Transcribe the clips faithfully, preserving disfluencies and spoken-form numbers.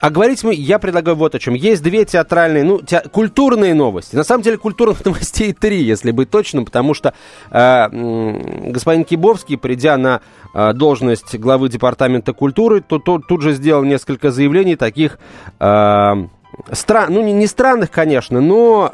А говорить мы, я предлагаю вот о чем. Есть две театральные, ну, те, культурные новости. На самом деле, культурных новостей три, если быть точным, потому что э, господин Кибовский, придя на э, должность главы департамента культуры, то, то, тут же сделал несколько заявлений таких... Э, Стра... Ну, не, не странных, конечно, но,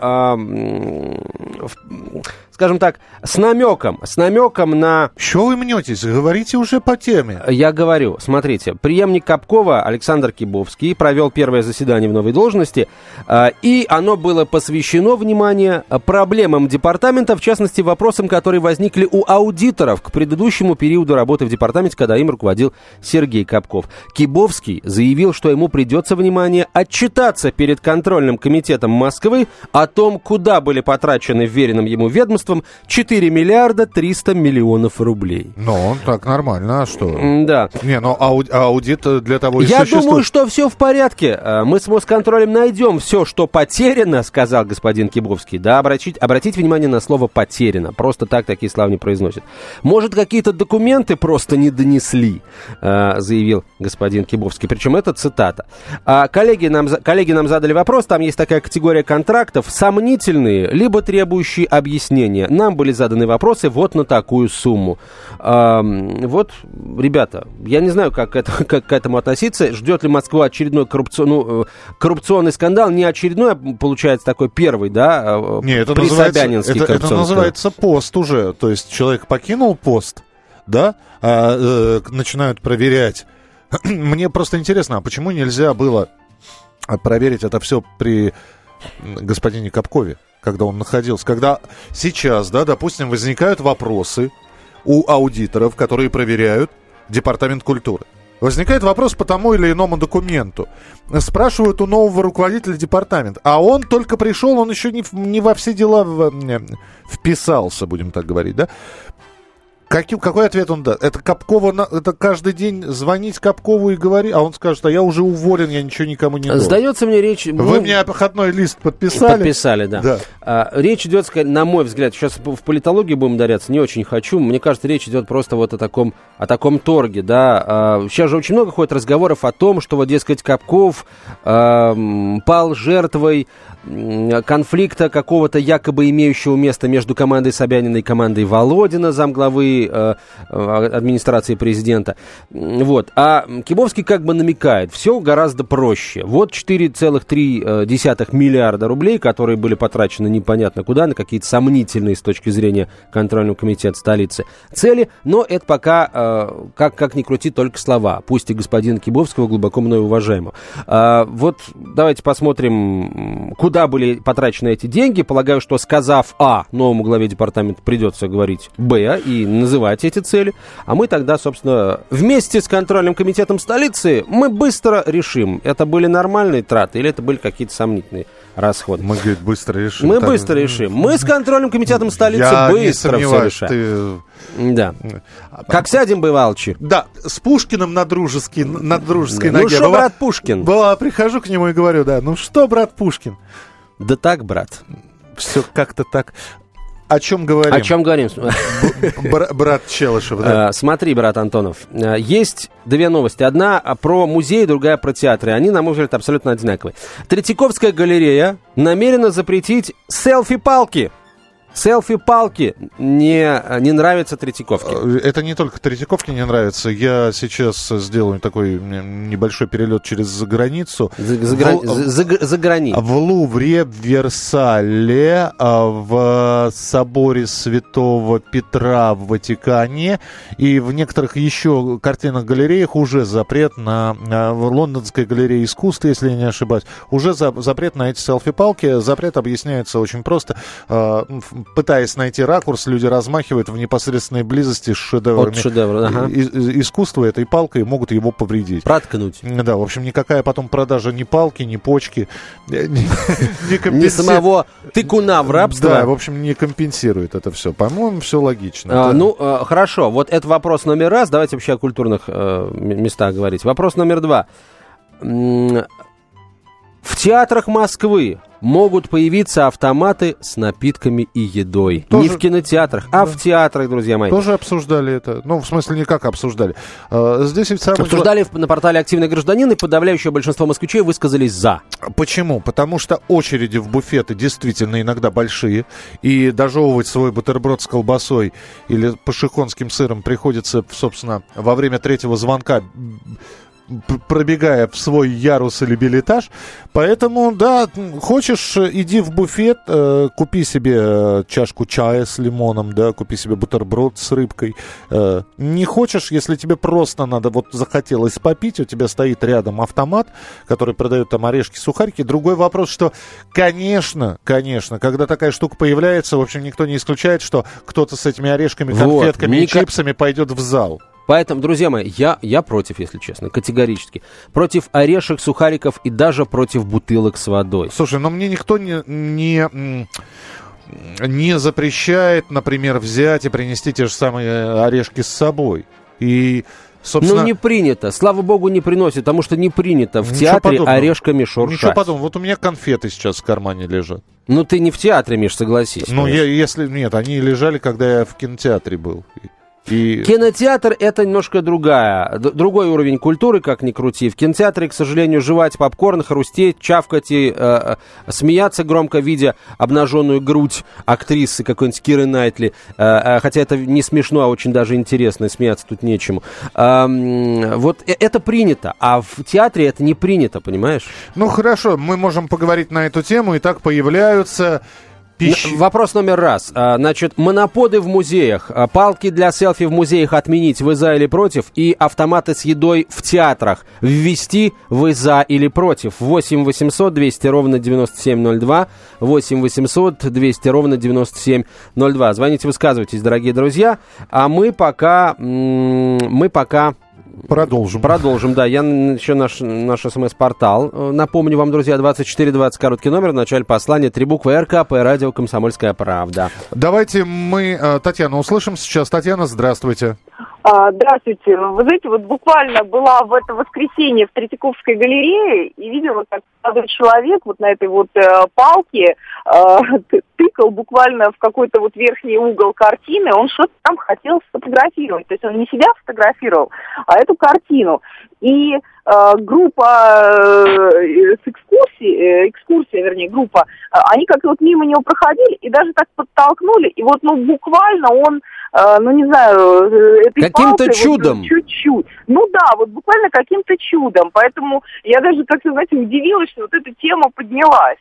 э, скажем так, с намеком, с намеком на... Чего вы мнетесь? Говорите уже по теме. Я говорю, смотрите, преемник Капкова Александр Кибовский провел первое заседание в новой должности, э, и оно было посвящено, внимание, проблемам департамента, в частности, вопросам, которые возникли у аудиторов к предыдущему периоду работы в департаменте, когда им руководил Сергей Капков. Кибовский заявил, что ему придется, внимание, отчитаться перед контрольным комитетом Москвы о том, куда были потрачены вверенным ему ведомством четыре миллиарда триста миллионов рублей. Ну, так нормально, а что? Да. Не, ну ауди- аудит для того и Я существует. думаю, что все в порядке. Мы с Москонтролем найдем все, что потеряно, сказал господин Кибовский. Да, обратить, обратите внимание на слово «потеряно». Просто так такие слова не произносят. Может, какие-то документы просто не донесли, заявил господин Кибовский. Причем это цитата. Коллеги нам, коллеги нам задали вопрос, там есть такая категория контрактов, сомнительные, либо требующие объяснения. Нам были заданы вопросы вот на такую сумму. А, вот, ребята, я не знаю, как, это, как к этому относиться. Ждет ли Москва очередной коррупцион, ну, коррупционный скандал? Не очередной, а получается такой первый, да? Не, это при называется, Собянинский это, это называется пост уже. То есть человек покинул пост, да, а, э, начинают проверять. Мне просто интересно, а почему нельзя было проверить это все при господине Капкове, когда он находился? Когда сейчас, да, допустим, возникают вопросы у аудиторов, которые проверяют департамент культуры. Возникает вопрос по тому или иному документу. Спрашивают у нового руководителя департамента. А он только пришел, он еще не, не во все дела в, вписался, будем так говорить, да? Каким, какой ответ он даст? Это Капкова, это каждый день звонить Капкову и говорить, а он скажет, а я уже уволен, я ничего никому не должен. Сдается мне речь... Вы ну, мне обходной лист подписали? Подписали, да. да. А, речь идет, на мой взгляд, сейчас в политологию будем ударяться, не очень хочу. Мне кажется, речь идет просто вот о таком, о таком торге, да. А, сейчас же очень много ходит разговоров о том, что, вот, дескать, Капков а, пал жертвой конфликта какого-то якобы имеющего место между командой Собянина и командой Володина, замглавы э, администрации президента. Вот. А Кибовский как бы намекает, все гораздо проще. Вот четыре целых три десятых миллиарда рублей, которые были потрачены непонятно куда, на какие-то сомнительные с точки зрения контрольного комитета столицы цели, но это пока, э, как, как ни крути, только слова, пусть и господина Кибовского глубоко мною уважаемого. А, вот давайте посмотрим, куда были потрачены эти деньги. Полагаю, что сказав А, новому главе департамента придется говорить Б и называть эти цели. А мы тогда, собственно, вместе с контрольным комитетом столицы мы быстро решим, это были нормальные траты или это были какие-то сомнительные расходы. Мы, говорит, быстро решим. Мы так... быстро решим. Мы с контрольным комитетом столицы Я быстро все решаем. Ты... Да. Как сядем, бывалчи. Да, с Пушкиным на, дружеский, на дружеской да. ноге. Ну что, брат Пушкин? Была, прихожу к нему и говорю, да, ну что, брат Пушкин? Да так, брат. Все как-то так. О чем говорим? О чем говорим? Бр- брат Челышев, да. Смотри, брат Антонов, есть две новости. Одна про музей, другая про театры. Они, на мой взгляд, абсолютно одинаковые. Третьяковская галерея намерена запретить селфи-палки. Селфи-палки не, не нравятся Третьяковке. Это не только Третьяковке не нравится. Я сейчас сделаю такой небольшой перелет через границу. За, за, в, за, за, за границу. В Лувре, в Версале, в соборе Святого Петра в Ватикане и в некоторых еще картинных галереях уже запрет на... В Лондонской галерее искусства, если я не ошибаюсь, уже за, запрет на эти селфи-палки. Запрет объясняется очень просто. Пытаясь найти ракурс, люди размахивают в непосредственной близости с шедеврами. От шедевра, ага. И, и, искусства этой палкой могут его повредить. Проткнуть. Да, в общем, никакая потом продажа ни палки, ни почки, ни самого тыкуна в рабство. Да, в общем, не компенсирует это все. По-моему, все логично. А, ну, а, хорошо. Вот это вопрос номер раз. Давайте вообще о культурных э, местах говорить. Вопрос номер два. В театрах Москвы могут появиться автоматы с напитками и едой. Тоже... Не в кинотеатрах, а да. в театрах, друзья мои. Тоже обсуждали это. Ну, в смысле, не как обсуждали. Здесь ведь самое... Обсуждали на портале «Активный гражданин», и подавляющее большинство москвичей высказались «за». Почему? Потому что очереди в буфеты действительно иногда большие, и дожевывать свой бутерброд с колбасой или пашихонским сыром приходится, собственно, во время третьего звонка, пробегая в свой ярус или билетаж. Поэтому, да, хочешь, иди в буфет, э, купи себе чашку чая с лимоном, да, купи себе бутерброд с рыбкой. Э, не хочешь, если тебе просто надо, вот захотелось попить, у тебя стоит рядом автомат, который продает там орешки, сухарики. Другой вопрос, что, конечно, конечно, когда такая штука появляется, в общем, никто не исключает, что кто-то с этими орешками, конфетками вот, и никак... чипсами пойдет в зал. Поэтому, друзья мои, я, я против, если честно, категорически. Против орешек, сухариков и даже против бутылок с водой. Слушай, но мне никто не, не, не запрещает, например, взять и принести те же самые орешки с собой. И, собственно... Ну, не принято. Слава богу, не приносит, потому что не принято в театре подобного. Орешками шуршать. Ничего подобного. Вот у меня конфеты сейчас в кармане лежат. Ну, ты не в театре, Миш, согласись. Ну, я, если... Нет, они лежали, когда я в кинотеатре был. И... Кинотеатр — это немножко другая, другой уровень культуры, как ни крути. В кинотеатре, к сожалению, жевать попкорн, хрустеть, чавкать и э, смеяться громко, видя обнаженную грудь актрисы какой-нибудь Киры Найтли. Э, хотя это не смешно, а очень даже интересно, смеяться тут нечему. Э, вот это принято, а в театре это не принято, понимаешь? Ну, хорошо, мы можем поговорить на эту тему, и так появляются... Пищ... Вопрос номер раз. Значит, моноподы в музеях, палки для селфи в музеях отменить, вы за или против? И автоматы с едой в театрах ввести, вы за или против? восемь восемьсот двести ровно девяносто семь ноль два, восемь восемьсот двести ровно девяносто семь ноль два. Звоните, высказывайтесь, дорогие друзья. А мы пока... Мы пока... Продолжим. Продолжим, да. Я еще наш, наш смс-портал. Напомню вам, друзья, двадцать четыре двадцать, короткий номер, в начале послания, три буквы РКП, радио «Комсомольская правда». Давайте мы Татьяну услышим сейчас. Татьяна, здравствуйте. Здравствуйте. Вы знаете, вот буквально была в это воскресенье в Третьяковской галерее и видела, как молодой человек вот на этой вот э, палке э, тыкал буквально в какой-то вот верхний угол картины. Он что-то там хотел сфотографировать. То есть он не себя фотографировал, а эту картину. И э, группа э, с экскурсии, э, экскурсия, вернее, группа, э, они как-то вот мимо него проходили и даже так подтолкнули. И вот, ну, буквально он... ну, не знаю, этой каким-то палкой, чудом. Вот, чуть-чуть. Ну да, вот буквально каким-то чудом. Поэтому я даже, как-то, знаете, удивилась, что вот эта тема поднялась.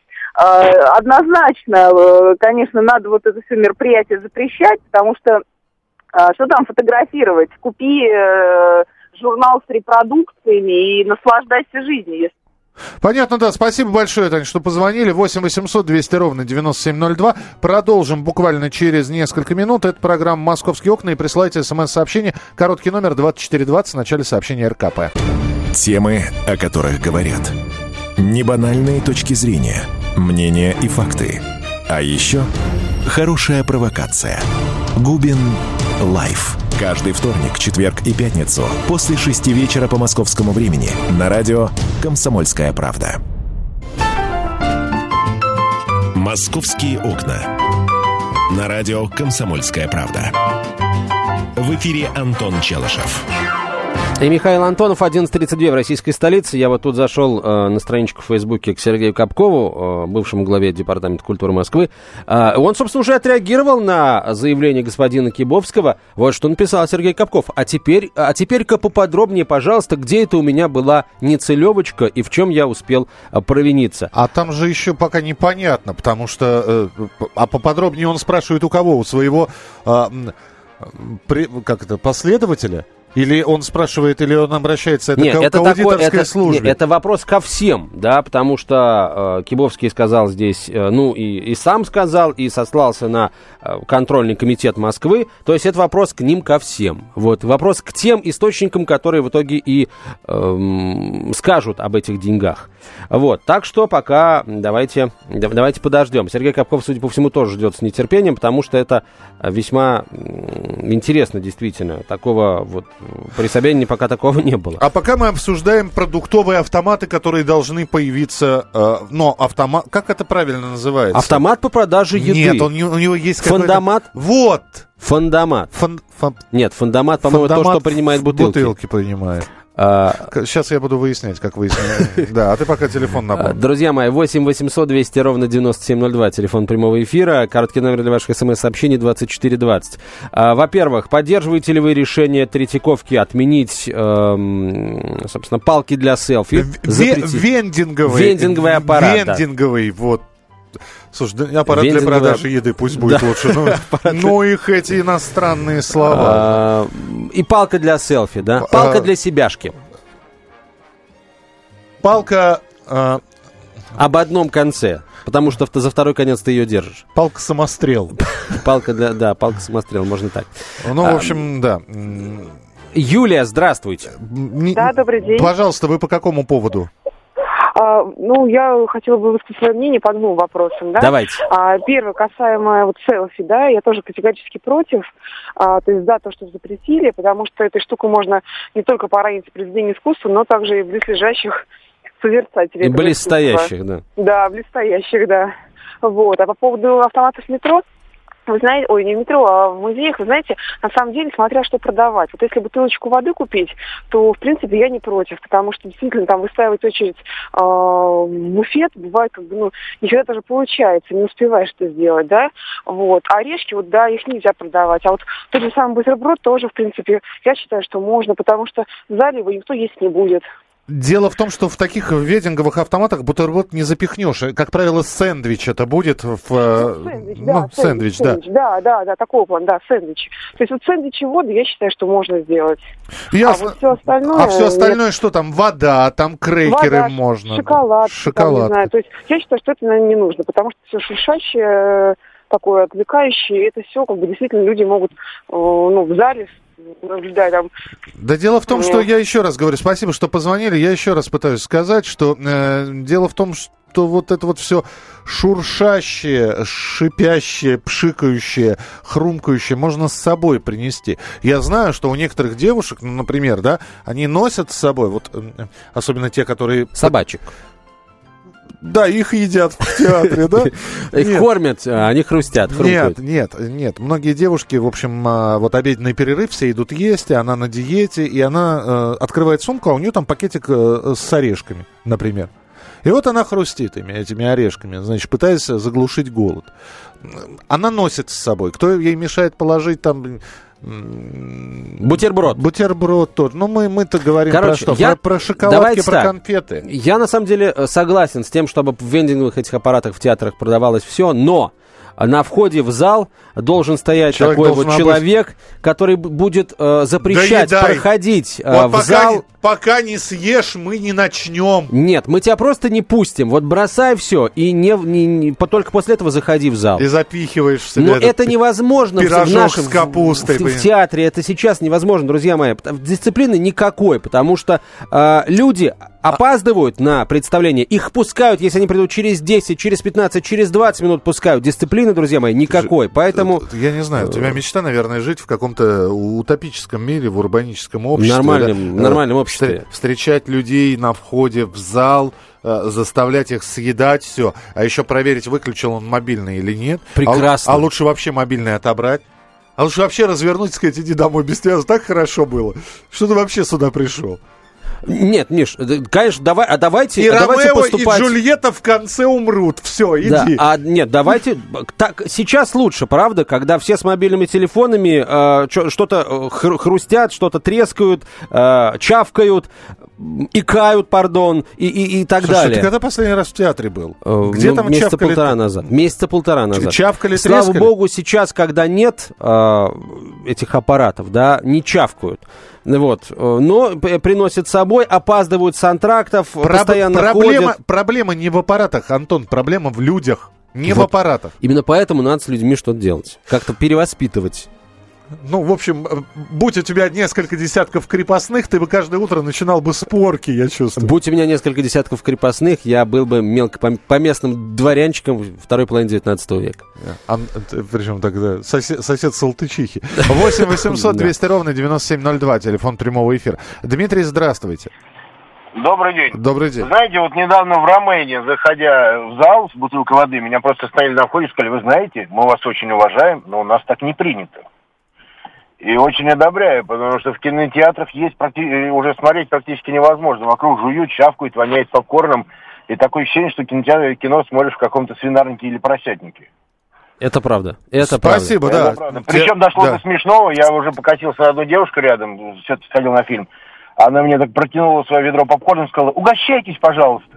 Однозначно, конечно, надо вот это все мероприятие запрещать, потому что что там фотографировать? Купи журнал с репродукциями и наслаждайся жизнью, если... Понятно, да. Спасибо большое, Тань, что позвонили. восемь восемьсот двести ровно девяносто семь ноль два. Продолжим буквально через несколько минут. Это программа «Московские окна». И присылайте смс-сообщение. Короткий номер двадцать четыре двадцать в начале сообщения РКП. Темы, о которых говорят. Небанальные точки зрения, мнения и факты. А еще хорошая провокация. Губин Лайф. Каждый вторник, четверг и пятницу после шести вечера по московскому времени на радио «Комсомольская правда». «Московские окна». На радио «Комсомольская правда». В эфире Антон Челышев. И Михаил Антонов, одиннадцать тридцать два в российской столице. Я вот тут зашел э, на страничку в Фейсбуке к Сергею Капкову, э, бывшему главе Департамента культуры Москвы. Э, он, собственно, уже отреагировал на заявление господина Кибовского. Вот что написал Сергей Капков. А теперь, а теперь-ка поподробнее, пожалуйста, где это у меня была нецелевочка и в чем я успел э, провиниться. А там же еще пока непонятно, потому что... Э, а поподробнее он спрашивает у кого? У своего... Э, при, как это, последователя? Или он спрашивает, или он обращается это нет, к, это к аудиторской такой, это, службе? Нет, это вопрос ко всем, да, потому что э, Кибовский сказал здесь, э, ну, и, и сам сказал, и сослался на э, контрольный комитет Москвы, то есть это вопрос к ним ко всем. Вот, вопрос к тем источникам, которые в итоге и э, скажут об этих деньгах. Вот, так что пока давайте, давайте подождем. Сергей Капков, судя по всему, тоже ждет с нетерпением, потому что это весьма интересно, действительно, такого вот При Собянине пока такого не было. А пока мы обсуждаем продуктовые автоматы, которые должны появиться... Э, но автомат... Как это правильно называется? Автомат по продаже еды. Нет, он, у него есть какой-то... Фондомат? Вот! Фондомат. Фон, фон... Нет, фондомат, по-моему, то, что принимает бутылки. Бутылки принимает. А... Сейчас я буду выяснять, как выяснять. Да, а ты пока телефон напомни. Друзья мои, восемь восемьсот двести ровно девяносто семь ноль два, телефон прямого эфира, короткий номер для ваших смс-сообщений двадцать четыре двадцать. А, во-первых, поддерживаете ли вы решение Третьяковки отменить, эм, собственно, палки для селфи? Вендинговый. Вендинговый аппарат. Вендинговый, вот. Слушай, да, аппарат Вендинговый... для продажи еды пусть будет да. лучше. Ну, ну, их эти иностранные слова. А, и палка для селфи, да? Палка а, для себяшки. Палка... А... Об одном конце. Потому что за второй конец ты ее держишь. Палка-самострел. Палка для... Да, палка-самострел, можно так. Ну, в общем, да. Юлия, здравствуйте. Да, добрый день. Пожалуйста, вы по какому поводу? А, ну, я хотела бы высказать свое мнение по двум вопросам, да? Давайте. А, первое, касаемо вот селфи, да, я тоже категорически против. А, то есть, да, то, что запретили, потому что этой штуку можно не только поранить произведение искусства, но также и близлежащих созерцателей. И близстоящих, да. Да, близстоящих, да. Вот. А по поводу автоматов метро, вы знаете, ой, не в метро, а в музеях, вы знаете, на самом деле, смотря что продавать. Вот если бутылочку воды купить, то, в принципе, я не против, потому что, действительно, там выстаивать очередь э, в буфет, бывает, как бы, ну, не всегда даже получается, не успеваешь это сделать, да, вот. А орешки, вот, да, их нельзя продавать. А вот тот же самый бутерброд тоже, в принципе, я считаю, что можно, потому что в зале его никто есть не будет. Дело в том, что в таких вендинговых автоматах бутерброд не запихнешь. Как правило, сэндвич это будет в... Ну, сэндвич, да, ну, сэндвич, сэндвич, да. Да, да, да, такого плана, да, сэндвич. То есть вот сэндвич и воду, я считаю, что можно сделать. Ясно. А вот все остальное... А все остальное, нет. Что там? Вода, там крекеры Вода, можно. Шоколад. Шоколад. Там, не знаю. То есть я считаю, что это, наверное, не нужно, потому что все шуршащее, такое отвлекающее, это все, как бы, действительно люди могут, ну, в зале... Да, там... да дело в том, что я еще раз говорю, спасибо, что позвонили. Я еще раз пытаюсь сказать, что э, дело в том, что вот это вот все шуршащее, шипящее, пшикающее, хрумкающее можно с собой принести. Я знаю, что у некоторых девушек, ну, например, да, они носят с собой, вот особенно те, которые... Собачек. Да, их едят в театре, да? Их кормят, они хрустят, хрумкают. Нет, нет, нет. Многие девушки, в общем, вот обеденный перерыв, все идут есть, и она на диете, и она э, открывает сумку, а у нее там пакетик э, с орешками, например. И вот она хрустит ими, этими орешками, значит, пытаясь заглушить голод. Она носит с собой. Кто ей мешает положить там... Бутерброд. Бутерброд тоже. Ну, мы, мы-то говорим Короче, про что? Я... Про, про шоколадки, про так. конфеты. Я, на самом деле, согласен с тем, чтобы в вендинговых этих аппаратах в театрах продавалось все, но на входе в зал должен стоять человек такой вот человек, быть... который будет э, запрещать Доедай. проходить э, вот в пока зал. Не, пока не съешь, мы не начнем. Нет, мы тебя просто не пустим. Вот бросай все и не, не, не, только после этого заходи в зал. И запихиваешь в себя. Но это невозможно пирожок в нашем с капустой. В, в, в театре это сейчас невозможно, друзья мои. Дисциплины никакой, потому что э, люди опаздывают на представление. Их пускают, если они придут через десять, через пятнадцать, через двадцать минут пускают. Дисциплины, друзья мои, никакой. Поэтому... Я не знаю, у тебя мечта, наверное, жить в каком-то утопическом мире, в урбаническом обществе. В нормальном, да? нормальном обществе. Встречать людей на входе в зал, заставлять их съедать все, а еще проверить, выключил он мобильный или нет. Прекрасно. А, а лучше вообще мобильный отобрать. А лучше вообще развернуть и сказать, иди домой, без тебя так хорошо было, что ты вообще сюда пришел. Нет, Миш, конечно, давай, а давайте, и а давайте Ромео, поступать... и Джульетта в конце умрут. Все, иди. Да, а нет, давайте... Так, сейчас лучше, правда, когда все с мобильными телефонами э, чё, что-то хру- хрустят, что-то трескают, э, чавкают, икают, пардон, и, и, и так Слушай, далее. Ты когда последний раз в театре был? Э, Где ну, там месяца чавкали? полтора назад. Месяца полтора назад. Чавкали, Слава трескали? богу, сейчас, когда нет э, этих аппаратов, да, не чавкают. Вот. Но приносят с собой, опаздывают с антрактов, Про- постоянно проблема, ходят. Проблема не в аппаратах, Антон, проблема в людях, не вот. в аппаратах. Именно поэтому надо с людьми что-то делать. Как-то перевоспитывать. Ну, в общем, будь у тебя несколько десятков крепостных, ты бы каждое утро начинал бы с порки, я чувствую. Будь у меня несколько десятков крепостных, я был бы мелкопоместным дворянчиком второй половины девятнадцатого века. А, причем тогда сосед, сосед Салтычихи. восемь восемьсот двести ровно девяносто семь ноль два, телефон прямого эфира. Дмитрий, здравствуйте. Добрый день. Добрый день. Знаете, вот недавно в Ромейне, заходя в зал с бутылкой воды, меня просто остановили на входе и сказали: вы знаете, мы вас очень уважаем, но у нас так не принято. И очень одобряю, потому что в кинотеатрах есть практи- уже смотреть практически невозможно. Вокруг жуют, чавкают, воняет попкорном. И такое ощущение, что кинотеатр, кино смотришь в каком-то свинарнике или поросятнике. Это правда. Это Спасибо, правда. да. Это правда. Причем дошло да. до смешного. Я уже покатился на одну девушку рядом, все-таки сходил на фильм. Она мне так протянула свое ведро попкорна и сказала: угощайтесь, пожалуйста.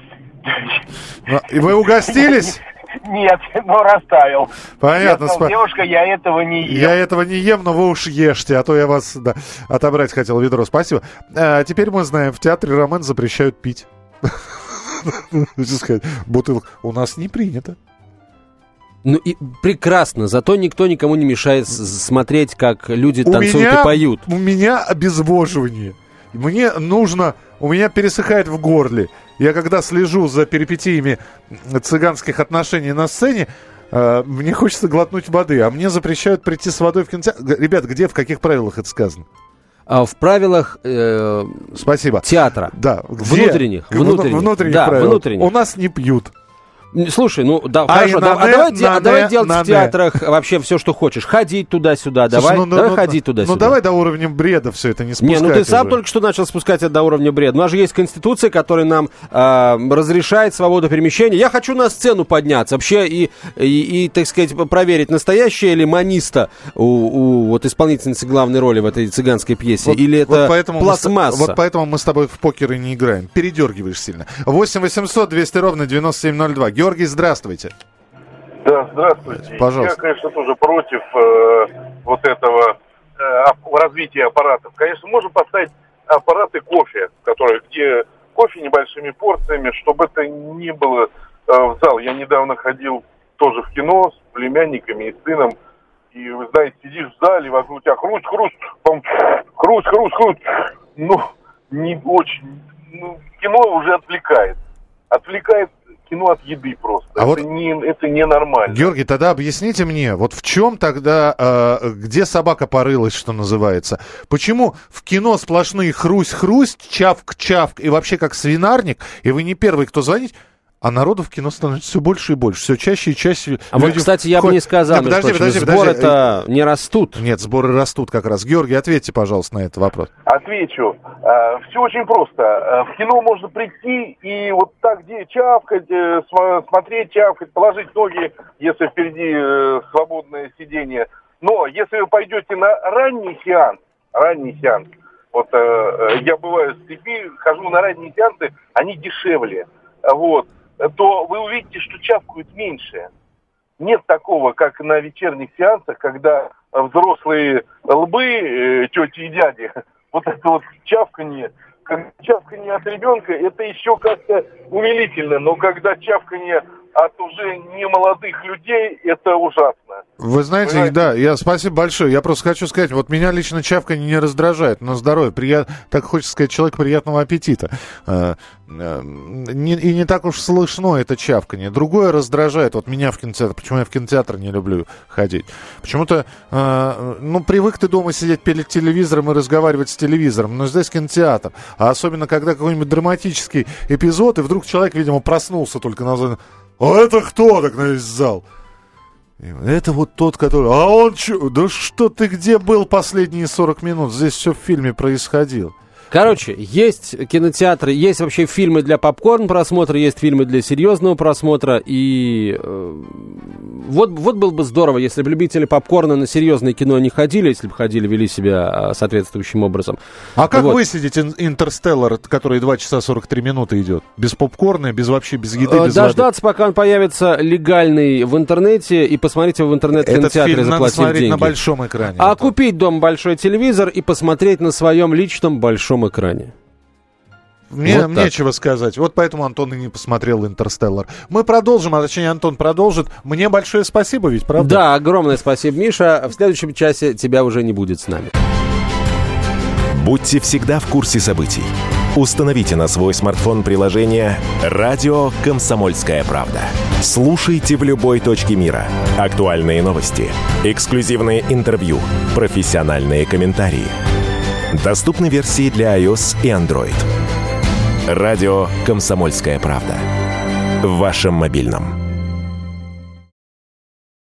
И вы угостились? Нет, но растаял. Понятно. Я сказал: девушка, я этого не ем. Я этого не ем, но вы уж ешьте, а то я вас да, отобрать хотел ведро. Спасибо. А теперь мы знаем, в театре Ромен запрещают пить. Бутылку у нас не принято. Ну и прекрасно, зато никто никому не мешает с- смотреть, как люди У танцуют меня, и поют. У меня обезвоживание. Мне нужно... У меня пересыхает в горле. Я когда слежу за перипетиями цыганских отношений на сцене, э, мне хочется глотнуть воды, а мне запрещают прийти с водой в кинотеатр. Ребят, где, в каких правилах это сказано? А в правилах э, Спасибо. театра. Да. Внутренних. Где? Внутренних. Внутренних Да, правил. внутренних. У нас не пьют. Слушай, ну да, А хорошо, и да, на а не- давай, де- на а давай не- делать на в театрах вообще все, что хочешь. Ходить туда-сюда, Слушай, давай, ну, ну, давай ну, ходить туда-сюда. Ну давай до уровня бреда все это не Не, спускать. ну ты сам уже. только что начал спускать это до уровня бреда. У нас же есть конституция, которая нам э, разрешает свободу перемещения. Я хочу на сцену подняться вообще и, и, и, так сказать, проверить, настоящая ли маниста у, у вот исполнительницы главной роли в этой цыганской пьесе, Вот- или вот это поэтому мы с- пластмасса. вот поэтому мы с тобой в покер и не играем. Передергиваешь сильно. восемь восемьсот двести ровно девяносто семь ноль два. Георгий, здравствуйте. Да, здравствуйте. Пожалуйста. Я, конечно, тоже против э, вот этого э, ап- развития аппаратов. Конечно, можно поставить аппараты кофе, которые, где кофе небольшими порциями, чтобы это не было э, в зал. Я недавно ходил тоже в кино с племянниками и сыном. И, вы знаете, сидишь в зале, вокруг тебя хруст, хруст, там, хруст, хруст, хруст. Ну, не очень... Ну, кино уже отвлекает. Отвлекает кино от еды просто. А это, вот- не, это ненормально. Георгий, тогда объясните мне, вот в чем тогда, э, где собака порылась, что называется? Почему в кино сплошные хрусть-хрусть, чавк-чавк и вообще как свинарник, и вы не первый, кто звонит, а народу в кино становится все больше и больше, все чаще и чаще. А вот, кстати, я бы не сказал, Да, подожди, между прочим, подожди, подожди. сборы-то не растут. Нет, сборы растут как раз. Георгий, ответьте, пожалуйста, на этот вопрос. Отвечу. Все очень просто. Э, В кино можно прийти и вот так, где чавкать, э, см- смотреть, чавкать, положить ноги, если впереди э, свободное сиденье. Но если вы пойдете на ранний сеанс, ранний сеанс, вот э, э, я бываю в степи, хожу на ранние сеансы, они дешевле, вот, то вы увидите, что чавкают меньше. Нет такого, как на вечерних сеансах, когда взрослые лбы, э, тети и дяди, вот это вот чавканье, как чавканье от ребенка, это еще как-то умилительно, но когда чавканье от уже не молодых людей, это ужасно. Вы знаете, Понимаете? да, я спасибо большое. Я просто хочу сказать, вот меня лично чавканье не раздражает, но здоровье, прият... так хочется сказать, человек приятного аппетита. А, а, не, и не так уж слышно это чавканье. Другое раздражает, вот меня в кинотеатр, почему я в кинотеатр не люблю ходить. Почему-то, а, ну, привык ты дома сидеть перед телевизором и разговаривать с телевизором, но здесь кинотеатр. А особенно, когда какой-нибудь драматический эпизод, и вдруг человек, видимо, проснулся только на зоне. А это кто так на весь зал? Это вот тот, который... А он чё? Да что ты где был последние сорок минут? Здесь все в фильме происходило. Короче, есть кинотеатры, есть вообще фильмы для попкорн просмотра, есть фильмы для серьезного просмотра. И э, вот, вот было бы здорово, если бы любители попкорна на серьезное кино не ходили, если бы ходили, вели себя э, соответствующим образом. А как Вот. высидеть ин- «Интерстеллар», который два часа сорок три минуты идет? Без попкорна, без вообще, без еды, Э, без Дождаться, пока он появится легальный в интернете, и посмотреть его в воды? Этот интернет-кинотеатре, фильм надо заплатив смотреть деньги. на большом экране. А Вот так. купить дома большой телевизор и посмотреть на своем личном большом экране. Мне Вот так. нечего сказать. Вот поэтому Антон и не посмотрел «Интерстеллар». Мы продолжим, а точнее Антон продолжит. Мне большое спасибо, ведь, правда? Да, огромное спасибо, Миша. В следующем часе тебя уже не будет с нами. Будьте всегда в курсе событий. Установите на свой смартфон приложение «Радио Комсомольская правда». Слушайте в любой точке мира. Актуальные новости, эксклюзивные интервью, профессиональные комментарии. Доступны версии для iOS и Android. «Радио Комсомольская правда». В вашем мобильном.